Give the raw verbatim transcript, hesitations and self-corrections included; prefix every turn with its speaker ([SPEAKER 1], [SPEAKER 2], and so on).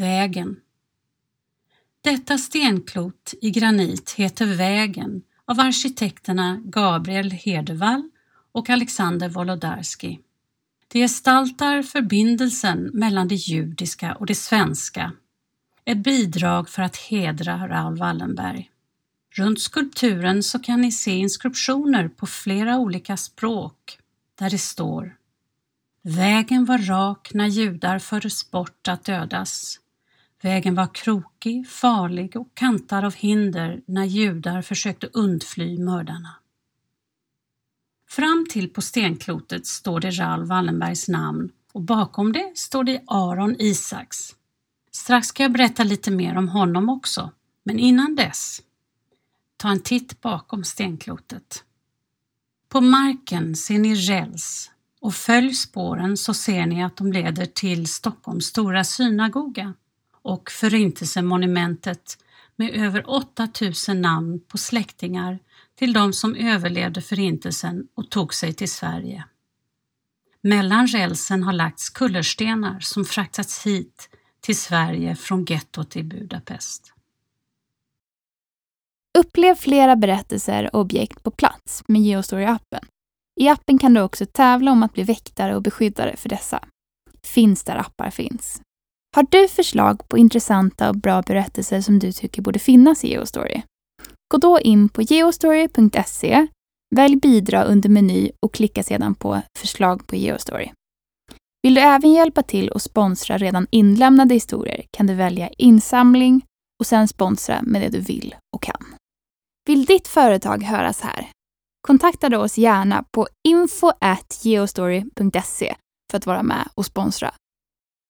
[SPEAKER 1] Vägen. Detta stenklot i granit heter Vägen av arkitekterna Gabriel Herdevall och Alexander Wolodarski. Det gestaltar förbindelsen mellan det judiska och det svenska. Ett bidrag för att hedra Raoul Wallenberg. Runt skulpturen så kan ni se inskriptioner på flera olika språk där det står: Vägen var rak när judar fördes bort att dödas. Vägen var krokig, farlig och kantad av hinder när judar försökte undfly mördarna. Fram till på stenklotet står det Raoul Wallenbergs namn och bakom det står det Aron Isaacs. Strax ska jag berätta lite mer om honom också, men innan dess, ta en titt bakom stenklotet. På marken ser ni räls och följ spåren så ser ni att de leder till Stockholms stora synagoga och Förintelsemonumentet med över åtta tusen namn på släktingar till de som överlevde förintelsen och tog sig till Sverige. Mellan rälsen har lagts kullerstenar som fraktats hit till Sverige från gettot i Budapest.
[SPEAKER 2] Upplev flera berättelser och objekt på plats med Geostory-appen. I appen kan du också tävla om att bli väktare och beskyddare för dessa. Finns där appar finns. Har du förslag på intressanta och bra berättelser som du tycker borde finnas i Geostory? Gå då in på geostory punkt se, välj bidra under meny och klicka sedan på förslag på Geostory. Vill du även hjälpa till och sponsra redan inlämnade historier kan du välja insamling och sen sponsra med det du vill och kan. Vill ditt företag höras här? Kontakta då oss gärna på info at geostory punkt se för att vara med och sponsra